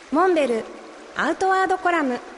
モンベルアウトワードコラム。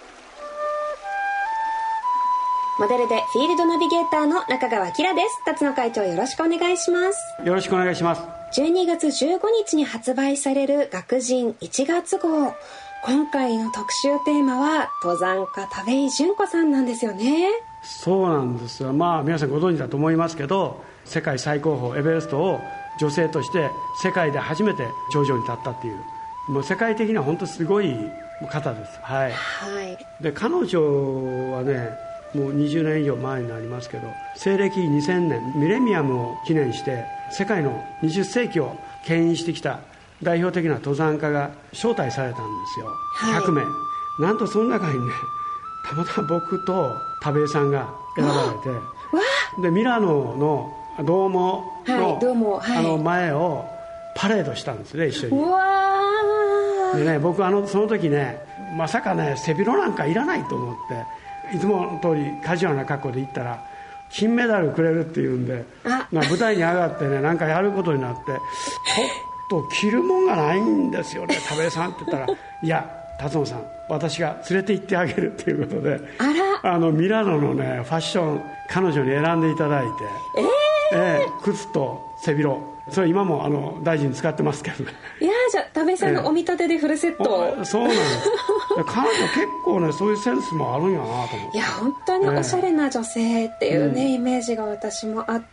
モデルでフィールドナビゲーターの中川きらです。辰野会長、よろしくお願いします。 よろしくお願いします。 12月15日に発売される学人1月号。今回の特集テーマは登山家田部井純子さんなんですよね。 そうなんですよ。皆さんご存知だと思いますけど、世界最高峰エベレストを女性として世界で初めて頂上に立ったっていう、もう世界的には本当にすごい方です。はい、 はい、 で彼女はね、もう20年以上前になりますけど、西暦2000年ミレニアムを記念して世界の20世紀を牽引してきた代表的な登山家が招待されたんですよ、 はい、 100名。なんとその中にね、たまたま僕と田部井さんが選ばれて、でミラノのドーモの、 はい、 前をパレードしたんですね、一緒に。 うわでね、僕その時ね、まさかね背広なんかいらないと思って、いつもの通りカジュアルな格好で行ったら金メダルくれるっていうんで、舞台に上がってね、なんかやることになって、ちょっと着るもんがないんですよね、田部井さんって言ったらいや辰野さん、私が連れて行ってあげるっていうことで、ミラノのねファッション彼女に選んでいただいて、靴と背広、それ今も大事に使ってますけどね。 いや、じゃあ田部井さんのお見立てでフルセット、 そうなんです彼女結構ね、そういうセンスもあるんやなと思って。 いや、本当におしゃれな女性っていうね、イメージが私もあって、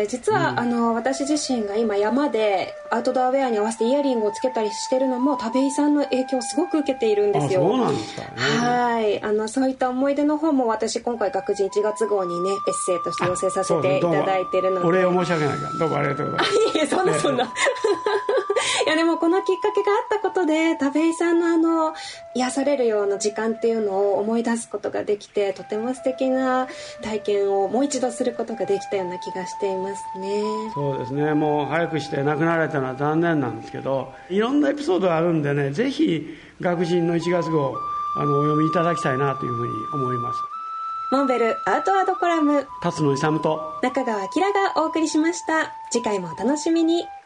実は、私自身が今山でアウトドアウェアに合わせてイヤリングをつけたりしてるのも田部井さんの影響をすごく受けているんですよ。 そうなんですかね。 はい、そういった思い出の方も私今回学人1月号にねエッセイとして寄せさせていただいているので、 お礼を申し訳ないから、どうもありがとうございます。 いえ、そんな、いや、でもこのきっかけがあったことで田部井さんの癒されるような時間っていうのを思い出すことができて、とても素敵な体験をもう一度することができたような気がしていますね。 そうですね、もう早くして亡くなられたのは残念なんですけど、いろんなエピソードがあるんでね、ぜひ学人の1月号お読みいただきたいなというふうに思います。 モンベルアウトワードコラム、 辰野勇と中川きらがお送りしました。次回もお楽しみに。